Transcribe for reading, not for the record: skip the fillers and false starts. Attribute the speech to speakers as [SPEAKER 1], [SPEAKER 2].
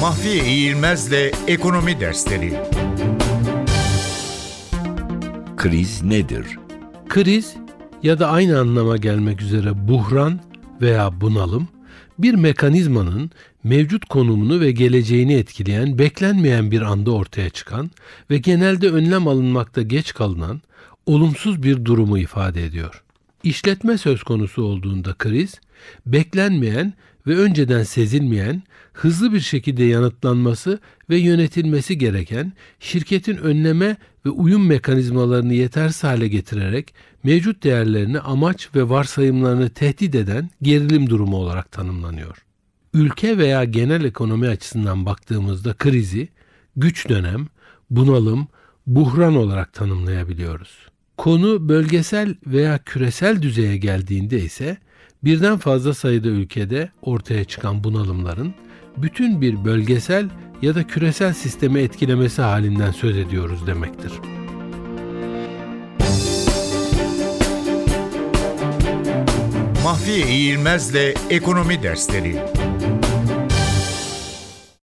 [SPEAKER 1] Mahfiye İğilmez'le Ekonomi Dersleri.
[SPEAKER 2] Kriz nedir?
[SPEAKER 3] Kriz ya da aynı anlama gelmek üzere buhran veya bunalım, bir mekanizmanın mevcut konumunu ve geleceğini etkileyen, beklenmeyen bir anda ortaya çıkan ve genelde önlem alınmakta geç kalınan olumsuz bir durumu ifade ediyor. İşletme söz konusu olduğunda kriz, beklenmeyen ve önceden sezilmeyen, hızlı bir şekilde yanıtlanması ve yönetilmesi gereken, şirketin önleme ve uyum mekanizmalarını yetersiz hale getirerek mevcut değerlerini, amaç ve varsayımlarını tehdit eden gerilim durumu olarak tanımlanıyor. Ülke veya genel ekonomi açısından baktığımızda krizi güç dönem, bunalım, buhran olarak tanımlayabiliyoruz. Konu bölgesel veya küresel düzeye geldiğinde ise birden fazla sayıda ülkede ortaya çıkan bunalımların bütün bir bölgesel ya da küresel sistemi etkilemesi halinden söz ediyoruz demektir.
[SPEAKER 1] Mahfiye İğilmez'le Ekonomi Dersleri.